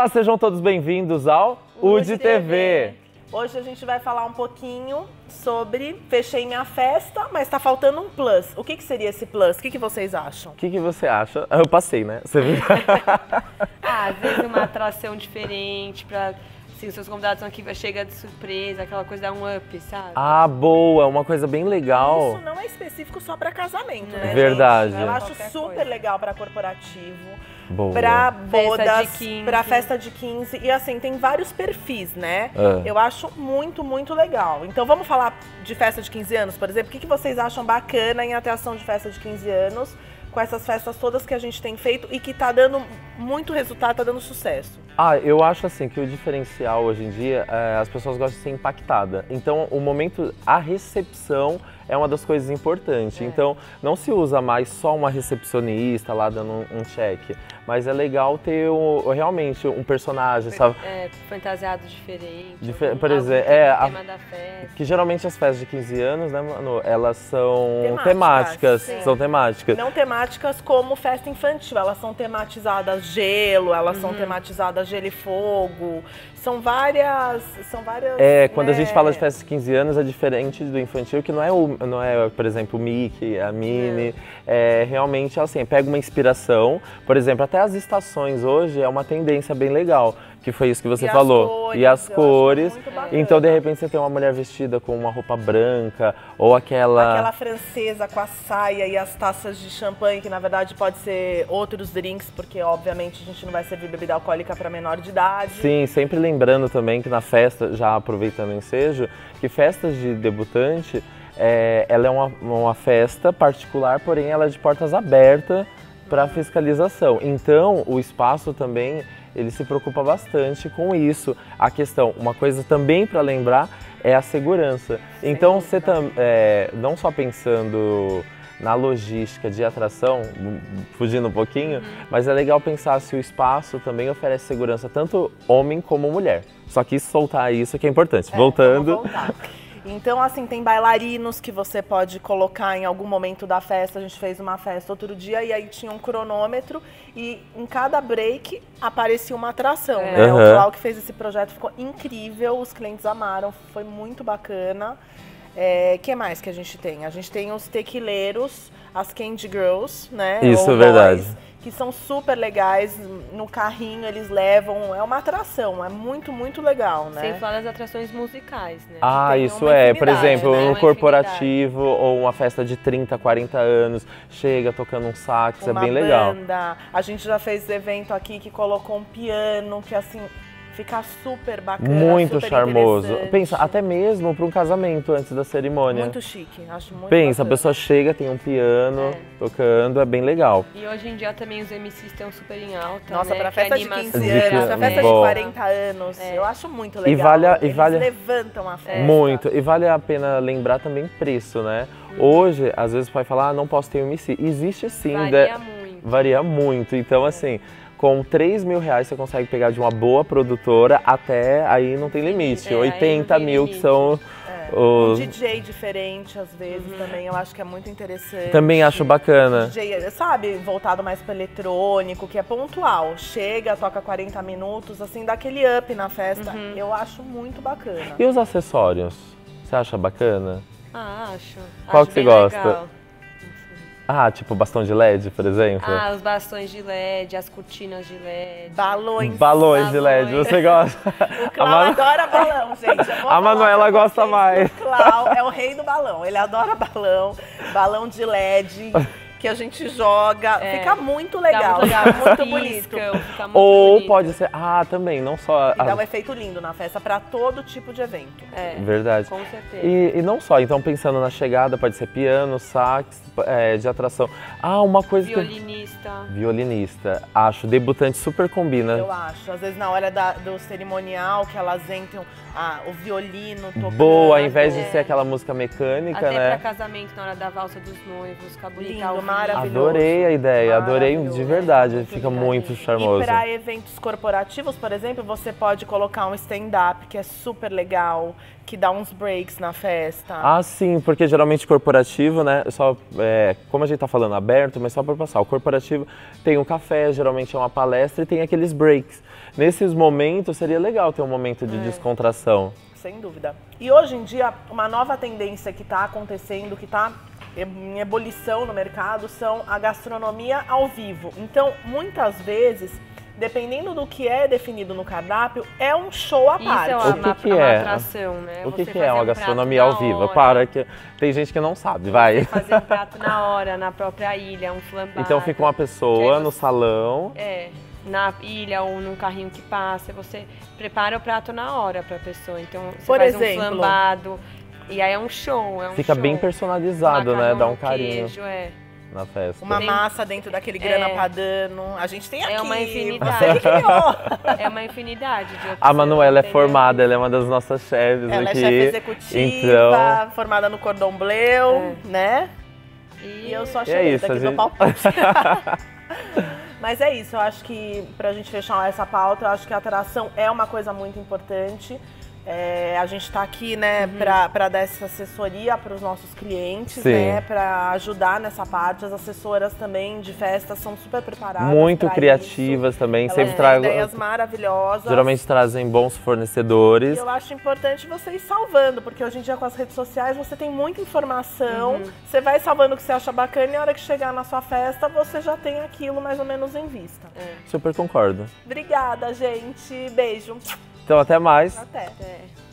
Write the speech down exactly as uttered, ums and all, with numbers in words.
Olá, sejam todos bem-vindos ao U D T V. Hoje a gente vai falar um pouquinho sobre fechei minha festa, mas tá faltando um plus. O que, que seria esse plus? O que, que vocês acham? O que, que você acha? Eu passei, né? Você viu? Ah, às vezes uma atração diferente pra... Assim, os seus convidados são aqui, chega de surpresa, aquela coisa dá um up, sabe? Ah, boa, uma coisa bem legal. Isso não é específico só pra casamento, né, Verdade. gente? Eu acho Qualquer super coisa. legal pra corporativo, Boa. pra bodas, Festa de quinze. pra festa de quinze. E assim, tem vários perfis, né? Ah. Eu acho muito, muito legal. Então vamos falar de festa de quinze anos, por exemplo. O que, que vocês acham bacana em atração de festa de quinze anos? Com essas festas todas que a gente tem feito e que tá dando muito resultado, tá dando sucesso. Ah, eu acho assim que o diferencial hoje em dia, é, as pessoas gostam de ser impactadas. Então, o momento, a recepção é uma das coisas importantes. É. Então, não se usa mais só uma recepcionista lá dando um, um cheque. Mas é legal ter o, realmente um personagem, sabe? É, fantasiado diferente. Difer- algum- por exemplo, algum é, a- tema da festa. Que geralmente as festas de quinze anos, né, Manu, elas são Temáticas, temáticas, sim. são temáticas. Não temáticas como festa infantil, elas são tematizadas gelo, elas são tematizadas gelo e fogo. São várias, são várias. É, quando a né? gente fala de festa de quinze anos é diferente do infantil, que não é, o, não é por exemplo, o Mickey, a Minnie. É, realmente, assim, pega uma inspiração. Por exemplo, até as estações hoje é uma tendência bem legal, que foi isso que você E as falou. cores, e as eu acho cores. muito bacana. Então, de repente, você tem uma mulher vestida com uma roupa branca, ou aquela... Aquela francesa com a saia e as taças de champanhe, que na verdade pode ser outros drinks, porque obviamente a gente não vai servir bebida alcoólica para menor de idade. Sim, sempre lembrando também que na festa, já aproveitando o ensejo, que festas de debutante, é, ela é uma, uma festa particular, porém ela é de portas abertas para fiscalização. Então, o espaço também, ele se preocupa bastante com isso. A questão, uma coisa também para lembrar, é a segurança. Então, você tam, é, não só pensando na logística de atração, fugindo um pouquinho, uhum. mas é legal pensar se o espaço também oferece segurança tanto homem como mulher. Só quis soltar isso que é importante. É, Voltando. vamos voltar. Então, assim, tem bailarinos que você pode colocar em algum momento da festa. A gente fez uma festa outro dia e aí tinha um cronômetro e em cada break aparecia uma atração, É. né? Uhum. O pessoal que fez esse projeto ficou incrível, os clientes amaram, foi muito bacana. É, que mais que a gente tem? A gente tem os tequileiros, as Candy Girls, né? Isso, Ou verdade. boys, que são super legais, no carrinho eles levam, é uma atração, é muito, muito legal, né? Sem falar das atrações musicais, né? Ah, Tem isso uma é. Por infinidade, exemplo, né? um Uma corporativo ou uma festa de trinta, quarenta anos, chega tocando um sax, é Uma bem legal. banda. A gente já fez evento aqui que colocou um piano, que assim, fica super bacana, Muito super charmoso. interessante. Pensa, até mesmo para um casamento antes da cerimônia. Muito chique, acho muito Pensa, a bacana. pessoa chega, tem um piano É. tocando, é bem legal. E hoje em dia também os M Cs estão super em alta, Nossa, né? pra Que festa de animação- quinze De anos, que- pra festa Bom. de quarenta anos, É. eu acho muito E legal. vale a- e Eles vale- levantam a festa. Muito. E vale a pena lembrar também preço, né? Hoje, às vezes vai falar, ah, não posso ter um M C. Existe sim. Varia de- muito. Varia muito. Então, assim, com três mil reais você consegue pegar de uma boa produtora até aí não tem limite. É, aí oitenta não tem mil que limite. são É. Um os... D J diferente, às vezes, também, eu acho que é muito interessante. Também acho bacana. D J, sabe, voltado mais para eletrônico, que é pontual. Chega, toca quarenta minutos, assim, dá aquele up na festa. Eu acho muito bacana. E os acessórios? Você acha bacana? Ah, acho. Qual Acho que você bem gosta? legal. Ah, tipo bastão de L E D, por exemplo? Ah, os bastões de L E D, as cortinas de L E D. Balões. Balões de L E D, balões. você gosta? O A Clau Manu- adora balão, gente. Eu vou A falar Manuela pra gosta vocês, mais. O Clau é o rei do balão. Ele adora balão, balão de L E D, que a gente joga. É. Fica muito Fica legal, muito legal, fica muito bonito. piscam, fica muito Ou bonito. pode ser... Ah, também, não só... E dá a- um efeito lindo na festa para todo tipo de evento. É, Verdade. com certeza. E, e não só, então pensando na chegada, pode ser piano, sax, é, de atração. Ah, uma coisa que... Violinista. Violinista. Acho, debutante super combina. Eu acho. Às vezes na hora da- do cerimonial, que elas entram, ah, o violino tocando. Boa, ao invés de É. ser aquela música mecânica, Até né? pra casamento, na hora da valsa dos noivos, fica bonita. Lindo, ao vivo. maravilhoso. Adorei a ideia, adorei de Maravilhoso. verdade, Muito fica lindo. muito E charmoso. para eventos corporativos, por exemplo, você pode colocar um stand-up, que é super legal. que dá uns breaks na festa? Ah, sim, porque geralmente corporativo, né, só, é, como a gente tá falando aberto, mas só para passar, o corporativo tem um café, geralmente é uma palestra e tem aqueles breaks. Nesses momentos seria legal ter um momento de é. descontração. Sem dúvida. E hoje em dia, uma nova tendência que está acontecendo, que está em ebulição no mercado, são a gastronomia ao vivo. Então, muitas vezes, dependendo do que é definido no cardápio, é um show à parte. Isso é uma, o que que uma é? atração, né? O que, Você que é uma um gastronomia ao vivo? Para, que tem gente que não sabe, vai. Você fazer um prato na hora, na própria ilha, um flambado. Então fica uma pessoa você... no salão. É, na ilha ou num carrinho que passa, você prepara o prato na hora para a pessoa. Então você Por faz exemplo, um flambado e aí é um show, é um Fica show. bem personalizado, Macarrão, né? Dá um carinho queijo, é. na festa. Uma Tem- massa dentro daquele grana É. padano. A gente tem aqui. É uma infinidade. Você que criou. É uma infinidade de opções. A Manuela é entendeu? formada, ela é uma das nossas chefes Ela aqui. é chefe executiva, Então, formada no Cordon Bleu, É. né? E, E eu sou a é chefe isso, aqui a do gente- palpite. Mas é isso, eu acho que pra gente fechar essa pauta, eu acho que a atração é uma coisa muito importante. É, a gente tá aqui, né, Uhum. pra, pra dar essa assessoria para os nossos clientes, Sim. né, pra ajudar nessa parte. As assessoras também de festa são super preparadas. muito pra criativas também, isso. sempre Elas têm tragam. ideias maravilhosas. Geralmente trazem bons fornecedores. E eu acho importante você ir salvando, porque hoje em dia com as redes sociais você tem muita informação, Uhum. você vai salvando o que você acha bacana e a hora que chegar na sua festa você já tem aquilo mais ou menos em vista. É. Super concordo. Obrigada, gente. Beijo. Então até mais. Até. É.